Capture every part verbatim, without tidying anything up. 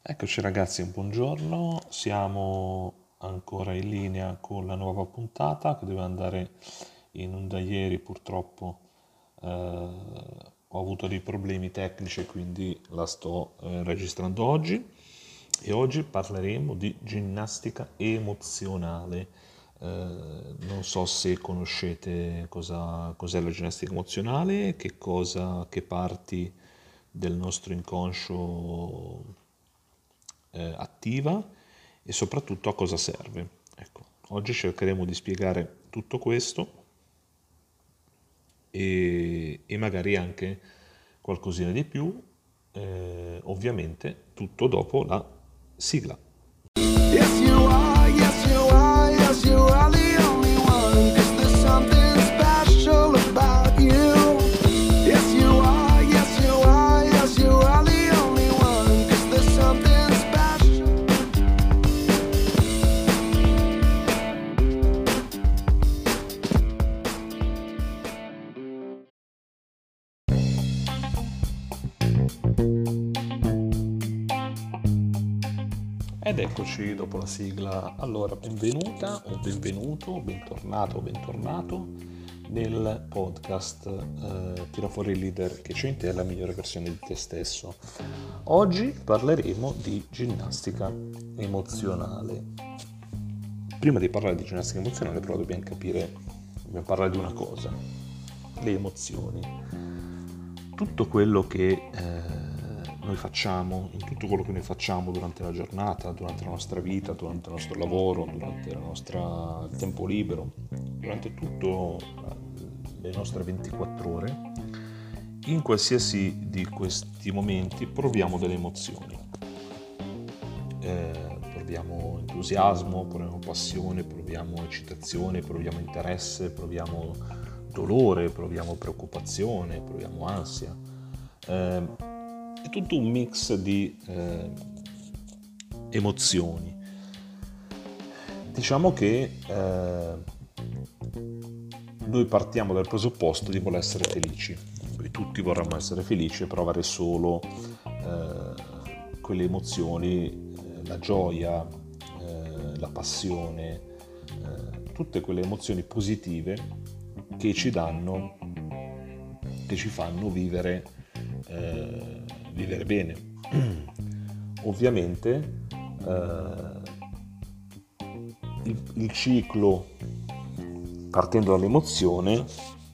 Eccoci ragazzi, buongiorno, siamo ancora in linea con la nuova puntata che doveva andare in onda ieri, purtroppo eh, ho avuto dei problemi tecnici e quindi la sto eh, registrando oggi e oggi parleremo di ginnastica emozionale. Eh, non so se conoscete cosa, cos'è la ginnastica emozionale, che cosa, che parti del nostro inconscio eh, attiva e soprattutto a cosa serve. Ecco, oggi cercheremo di spiegare tutto questo e, e magari anche qualcosina di più, eh, ovviamente tutto dopo la sigla. Yes, you are, yes, you are, yes, you are the only one. 'Cause there's something special about you. Yes, you are, yes, you are, yes, you are the only one. 'Cause there's something special. Ed eccoci dopo la sigla. Allora, benvenuta o benvenuto, bentornato o bentornato nel podcast eh, Tira fuori il leader che c'è in te, la migliore versione di te stesso. Oggi parleremo di ginnastica emozionale. Prima di parlare di ginnastica emozionale però dobbiamo capire, dobbiamo parlare di una cosa, le emozioni. Tutto quello che eh, noi facciamo, in tutto quello che noi facciamo durante la giornata, durante la nostra vita, durante il nostro lavoro, durante il nostro tempo libero, durante tutto le nostre ventiquattro ore, in qualsiasi di questi momenti proviamo delle emozioni. Eh, proviamo entusiasmo, proviamo passione, proviamo eccitazione, proviamo interesse, proviamo dolore, proviamo preoccupazione, proviamo ansia. Eh, è tutto un mix di eh, emozioni. Diciamo che eh, noi partiamo dal presupposto di voler essere felici. Noi tutti vorremmo essere felici e provare solo eh, quelle emozioni, eh, la gioia, eh, la passione, eh, tutte quelle emozioni positive che ci danno, che ci fanno vivere, eh, vivere bene. Ovviamente eh, il, il ciclo, partendo dall'emozione,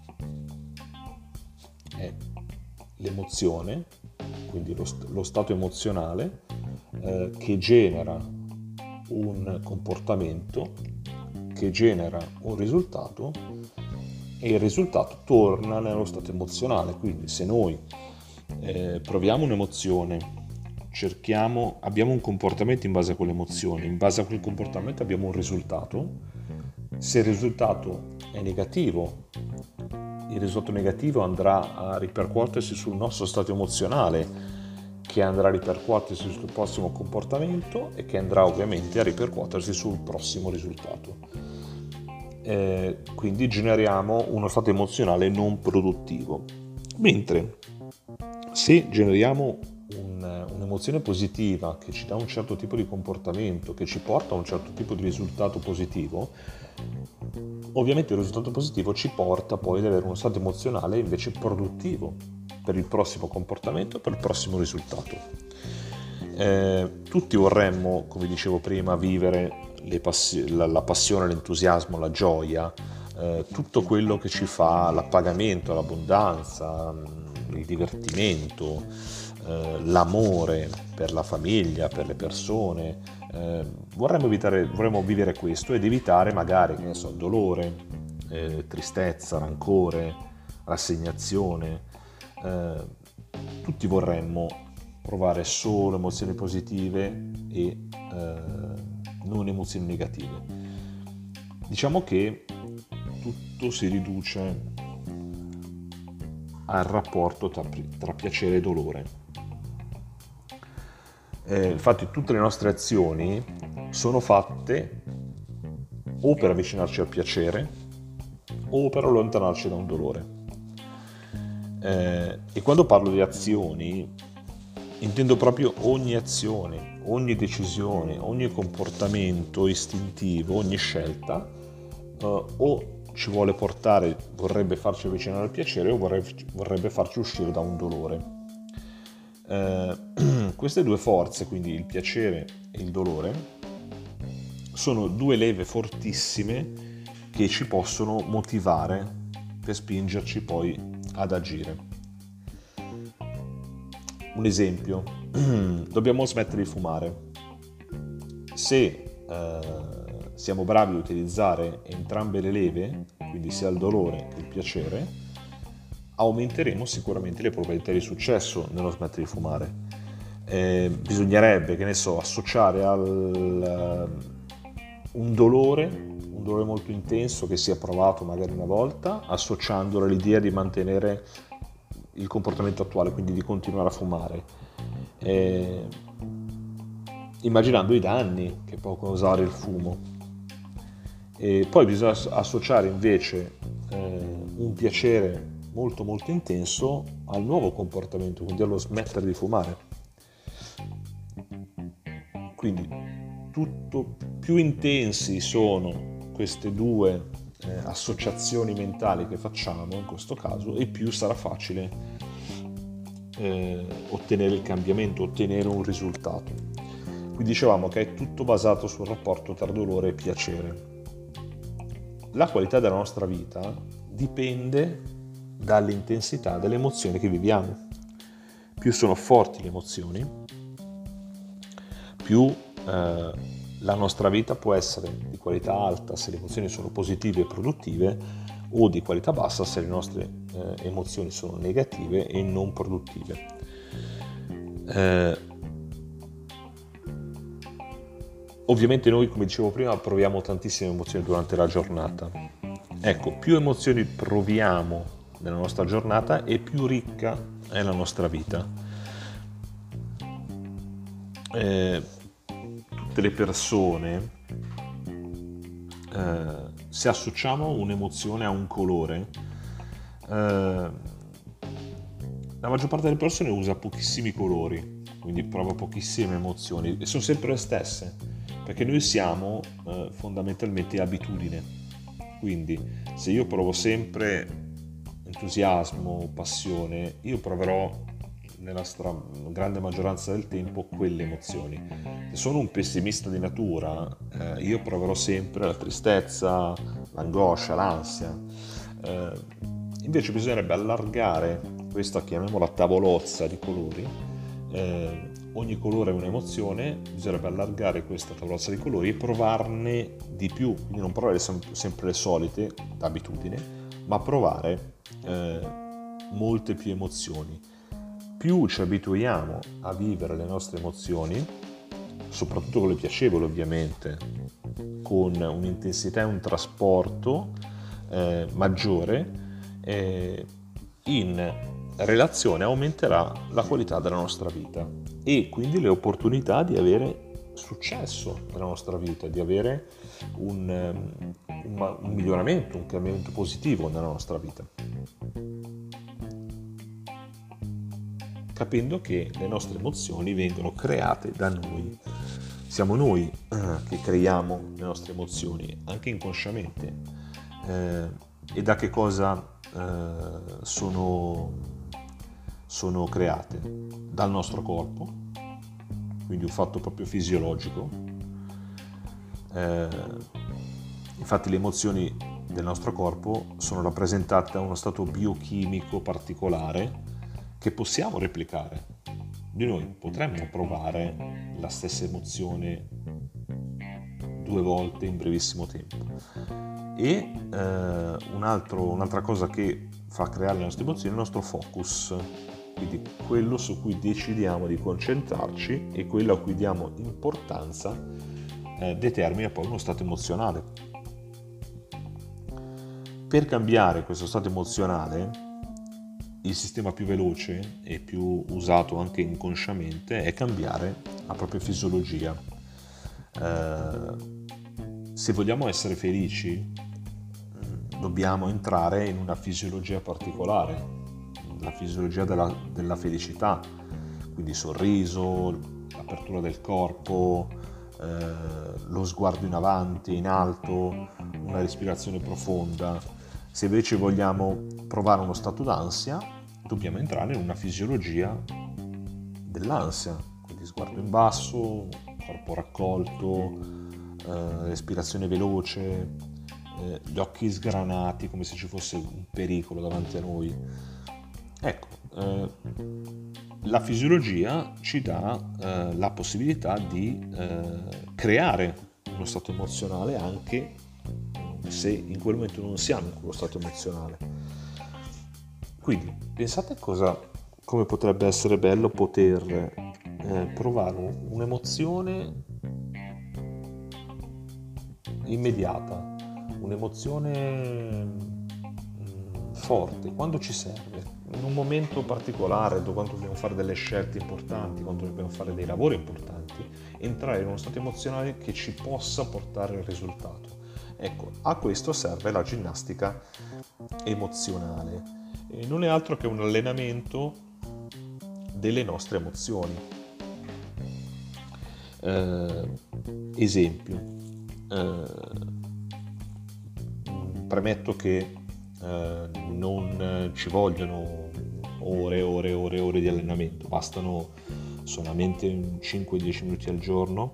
è l'emozione, quindi lo, lo stato emozionale eh, che genera un comportamento, che genera un risultato e il risultato torna nello stato emozionale. Quindi se noi eh, proviamo un'emozione, cerchiamo, abbiamo un comportamento in base a quell'emozione, in base a quel comportamento abbiamo un risultato. Se il risultato è negativo, il risultato negativo andrà a ripercuotersi sul nostro stato emozionale, che andrà a ripercuotersi sul prossimo comportamento e che andrà ovviamente a ripercuotersi sul prossimo risultato. Eh, quindi generiamo uno stato emozionale non produttivo. Mentre se generiamo un, un'emozione positiva che ci dà un certo tipo di comportamento, che ci porta a un certo tipo di risultato positivo, ovviamente il risultato positivo ci porta poi ad avere uno stato emozionale invece produttivo per il prossimo comportamento e per il prossimo risultato. Eh, tutti vorremmo, come dicevo prima, vivere le passi- la, la passione, l'entusiasmo, la gioia, eh, tutto quello che ci fa l'appagamento, l'abbondanza, il divertimento, eh, l'amore per la famiglia, per le persone. Eh, vorremmo evitare, vorremmo vivere questo ed evitare magari, che ne so, dolore, eh, tristezza, rancore, rassegnazione. Eh, tutti vorremmo provare solo emozioni positive e eh, non emozioni negative. Diciamo che tutto si riduce al rapporto tra, tra piacere e dolore. Eh, infatti tutte le nostre azioni sono fatte o per avvicinarci al piacere o per allontanarci da un dolore. Eh, e quando parlo di azioni intendo proprio ogni azione, ogni decisione, ogni comportamento istintivo, ogni scelta eh, o ci vuole portare, vorrebbe farci avvicinare al piacere o vorrebbe, vorrebbe farci uscire da un dolore. Eh, queste due forze, quindi il piacere e il dolore, sono due leve fortissime che ci possono motivare per spingerci poi ad agire. Un esempio, dobbiamo smettere di fumare. Se eh, siamo bravi a utilizzare entrambe le leve, quindi sia il dolore che il piacere, aumenteremo sicuramente le probabilità di successo nello smettere di fumare. Eh, bisognerebbe, che ne so, associare al uh, un dolore, un dolore molto intenso che sia provato magari una volta, associandolo all'idea di mantenere il comportamento attuale, quindi di continuare a fumare, eh, immaginando i danni che può causare il fumo. E poi bisogna associare invece eh, un piacere molto molto intenso al nuovo comportamento, quindi allo smettere di fumare. Quindi tutto più intensi sono queste due eh, associazioni mentali che facciamo in questo caso, e più sarà facile eh, ottenere il cambiamento, ottenere un risultato. Qui dicevamo che è tutto basato sul rapporto tra dolore e piacere. La qualità della nostra vita dipende dall'intensità delle emozioni che viviamo. Più sono forti le emozioni, più eh, la nostra vita può essere di qualità alta se le emozioni sono positive e produttive, o di qualità bassa se le nostre eh, emozioni sono negative e non produttive. Eh, ovviamente noi, come dicevo prima, proviamo tantissime emozioni durante la giornata. Ecco, più emozioni proviamo nella nostra giornata e più ricca è la nostra vita. Eh, tutte le persone, eh, se associamo un'emozione a un colore, eh, la maggior parte delle persone usa pochissimi colori, quindi prova pochissime emozioni, e sono sempre le stesse, perché noi siamo eh, fondamentalmente abitudine. Quindi se io provo sempre entusiasmo, passione, io proverò nella stra- grande maggioranza del tempo quelle emozioni. Se sono un pessimista di natura, eh, io proverò sempre la tristezza, l'angoscia, l'ansia. Eh, invece bisognerebbe allargare questa, chiamiamola tavolozza di colori. Eh, ogni colore è un'emozione, bisognerebbe allargare questa tavolozza di colori e provarne di più, quindi non provare sem- sempre le solite d'abitudine, ma provare eh, molte più emozioni. Più ci abituiamo a vivere le nostre emozioni, soprattutto quelle piacevoli ovviamente, con un'intensità e un trasporto eh, maggiore, eh, in relazione aumenterà la qualità della nostra vita e quindi le opportunità di avere successo nella nostra vita, di avere un, un, un miglioramento, un cambiamento positivo nella nostra vita. Capendo che le nostre emozioni vengono create da noi. Siamo noi eh, che creiamo le nostre emozioni, anche inconsciamente. Eh, e da che cosa eh, sono, sono create? Dal nostro corpo, quindi un fatto proprio fisiologico. Eh, infatti le emozioni del nostro corpo sono rappresentate da uno stato biochimico particolare che possiamo replicare. Di noi potremmo provare la stessa emozione due volte in brevissimo tempo. E eh, un altro, un'altra cosa che fa creare le nostre emozioni è il nostro focus, quindi quello su cui decidiamo di concentrarci e quello a cui diamo importanza eh, determina poi uno stato emozionale. Per cambiare questo stato emozionale, il sistema più veloce e più usato anche inconsciamente è cambiare la propria fisiologia. Eh, se vogliamo essere felici, dobbiamo entrare in una fisiologia particolare, la fisiologia della, della felicità. quindi sorriso, apertura del corpo, eh, lo sguardo in avanti, in alto, una respirazione profonda. Se invece vogliamo provare uno stato d'ansia, dobbiamo entrare in una fisiologia dell'ansia, quindi sguardo in basso, corpo raccolto, eh, respirazione veloce, eh, gli occhi sgranati come se ci fosse un pericolo davanti a noi. Ecco, eh, la fisiologia ci dà eh, la possibilità di eh, creare uno stato emozionale anche se in quel momento non siamo in quello stato emozionale. Quindi pensate cosa, come potrebbe essere bello poter eh, provare un'emozione immediata, un'emozione mh, forte, quando ci serve, in un momento particolare, quando dobbiamo fare delle scelte importanti, quando dobbiamo fare dei lavori importanti, entrare in uno stato emozionale che ci possa portare il risultato. Ecco, a questo serve la ginnastica emozionale. E non è altro che un allenamento delle nostre emozioni. Eh, esempio, eh, premetto che eh, non ci vogliono ore e ore e ore e ore di allenamento, bastano solamente cinque dieci minuti al giorno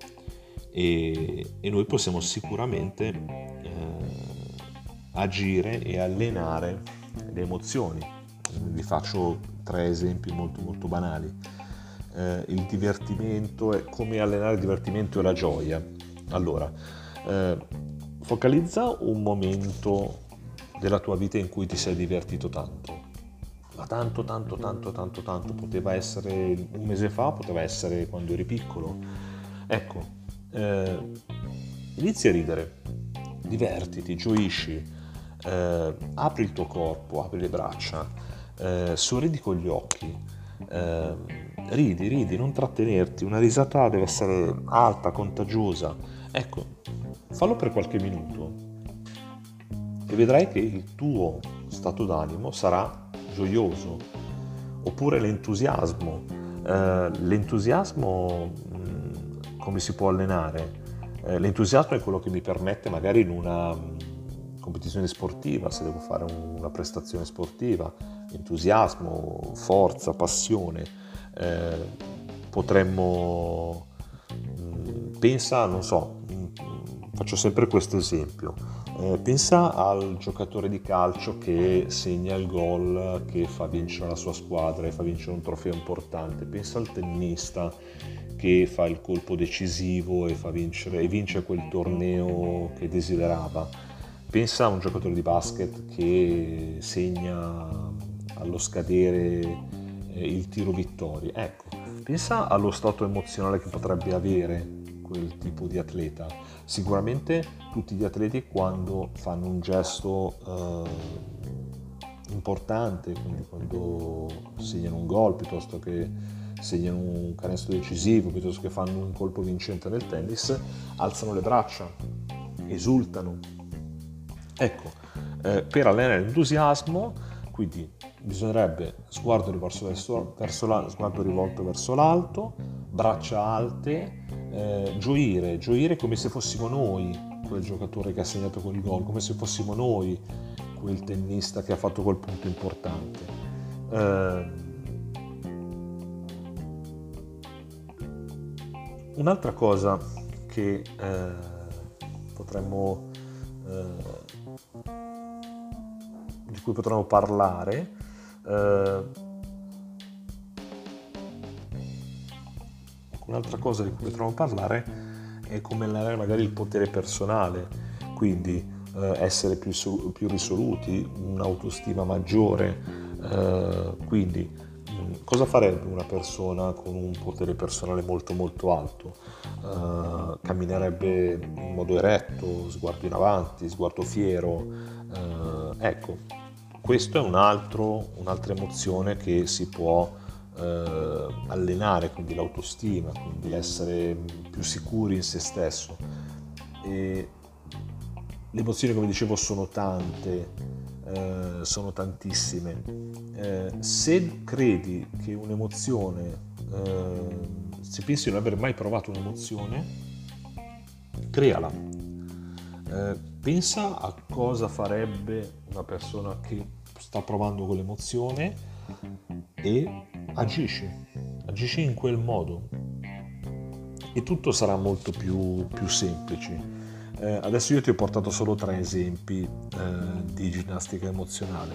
e, e noi possiamo sicuramente eh, agire e allenare le emozioni. Vi faccio tre esempi molto molto banali. Eh, il divertimento è come allenare il divertimento e la gioia. Allora, eh, focalizza un momento della tua vita in cui ti sei divertito tanto, ma tanto tanto tanto tanto tanto, poteva essere un mese fa, poteva essere quando eri piccolo. Ecco, eh, inizi a ridere, divertiti, gioisci, eh, apri il tuo corpo, apri le braccia, eh, sorridi con gli occhi, eh, ridi, ridi, non trattenerti, una risata deve essere alta, contagiosa. Ecco, fallo per qualche minuto e vedrai che il tuo stato d'animo sarà gioioso. Oppure l'entusiasmo. Eh, l'entusiasmo mh, come si può allenare? Eh, l'entusiasmo è quello che mi permette magari in una mh, competizione sportiva, se devo fare un, una prestazione sportiva, entusiasmo, forza, passione. Eh, potremmo mh, pensa, non so, mh, faccio sempre questo esempio. Eh, pensa al giocatore di calcio che segna il gol, che fa vincere la sua squadra e fa vincere un trofeo importante. Pensa al tennista che fa il colpo decisivo e fa vincere e vince quel torneo che desiderava. Pensa a un giocatore di basket che segna allo scadere eh, il tiro vittoria. Ecco, pensa allo stato emozionale che potrebbe avere quel tipo di atleta. Sicuramente tutti gli atleti, quando fanno un gesto eh, importante, quindi quando segnano un gol, piuttosto che segnano un canestro decisivo, piuttosto che fanno un colpo vincente nel tennis, alzano le braccia, esultano. Ecco, eh, per allenare l'entusiasmo, quindi bisognerebbe sguardo rivolto verso, verso la, sguardo rivolto verso l'alto, braccia alte, eh, gioire, gioire come se fossimo noi quel giocatore che ha segnato quel gol, come se fossimo noi quel tennista che ha fatto quel punto importante. Eh, un'altra cosa che eh, potremmo eh, di cui potremmo parlare eh, un'altra cosa di cui potremmo parlare è come allenare magari il potere personale, quindi eh, essere più, più risoluti, un'autostima maggiore, eh, quindi mh, cosa farebbe una persona con un potere personale molto molto alto? Eh, camminerebbe in modo eretto, sguardo in avanti, sguardo fiero, eh, ecco, questo è un altro, un'altra emozione che si può eh, allenare, quindi l'autostima, quindi l'essere più sicuri in se stesso. E le emozioni, come dicevo, sono tante, eh, sono tantissime. Eh, se credi che un'emozione eh, se pensi di non aver mai provato un'emozione, creala. Eh, pensa a cosa farebbe una persona che sta provando quell'emozione e agisci, agisci in quel modo e tutto sarà molto più, più semplice. Eh, adesso io ti ho portato solo tre esempi eh, di ginnastica emozionale,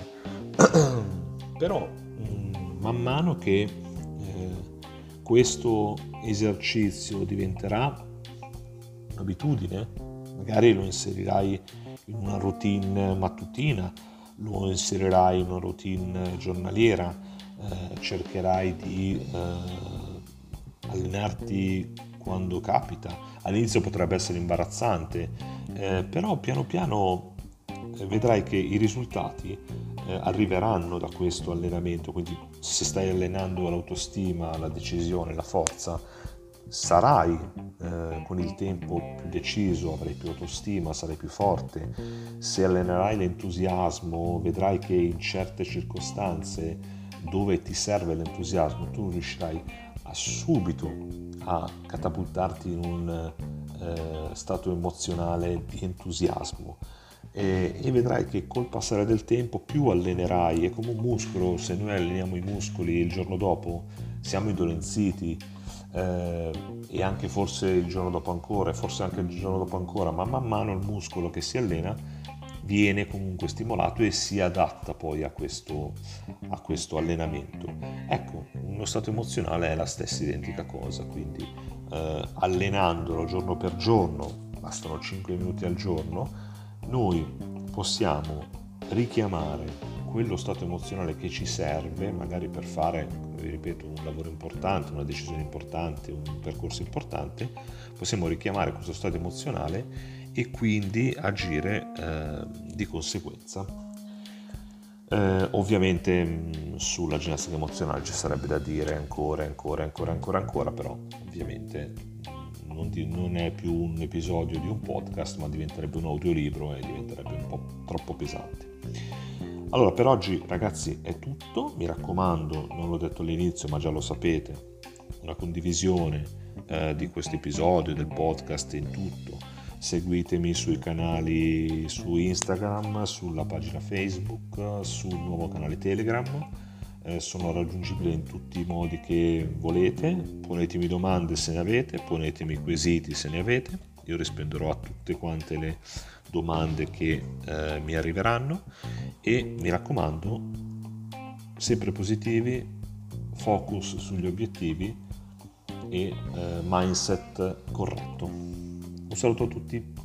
però mh, man mano che eh, questo esercizio diventerà un'abitudine, magari lo inserirai in una routine mattutina, lo inserirai in una routine giornaliera, eh, cercherai di eh, allenarti quando capita. All'inizio potrebbe essere imbarazzante, eh, però piano piano eh, vedrai che i risultati eh, arriveranno da questo allenamento. Quindi se stai allenando l'autostima, la decisione, la forza, sarai eh, con il tempo più deciso, avrai più autostima, sarai più forte. Se allenerai l'entusiasmo, vedrai che in certe circostanze dove ti serve l'entusiasmo tu riuscirai a subito a catapultarti in un eh, stato emozionale di entusiasmo e, e vedrai che col passare del tempo più allenerai. È come un muscolo: se noi alleniamo i muscoli il giorno dopo siamo indolenziti, eh, e anche forse il giorno dopo ancora e forse anche il giorno dopo ancora, ma man mano il muscolo che si allena viene comunque stimolato e si adatta poi a questo, a questo allenamento. Ecco, uno stato emozionale è la stessa identica cosa, quindi eh, allenandolo giorno per giorno, bastano cinque minuti al giorno, noi possiamo richiamare quello stato emozionale che ci serve magari per fare, vi ripeto, un lavoro importante, una decisione importante, un percorso importante. Possiamo richiamare questo stato emozionale e quindi agire eh, di conseguenza. Eh, ovviamente mh, sulla ginnastica emozionale ci sarebbe da dire ancora, ancora, ancora, ancora, ancora, però ovviamente mh, non, di, non è più un episodio di un podcast, ma diventerebbe un audiolibro e diventerebbe un po' troppo pesante. Allora, per oggi ragazzi è tutto. Mi raccomando, non l'ho detto all'inizio ma già lo sapete, una condivisione eh, di questo episodio, del podcast in tutto. Seguitemi sui canali su Instagram, sulla pagina Facebook, sul nuovo canale Telegram. Eh, sono raggiungibile in tutti i modi che volete. Ponetemi domande se ne avete, ponetemi quesiti se ne avete. Io risponderò a tutte quante le domande che eh, mi arriveranno e mi raccomando, sempre positivi, focus sugli obiettivi e eh, mindset corretto. Un saluto a tutti.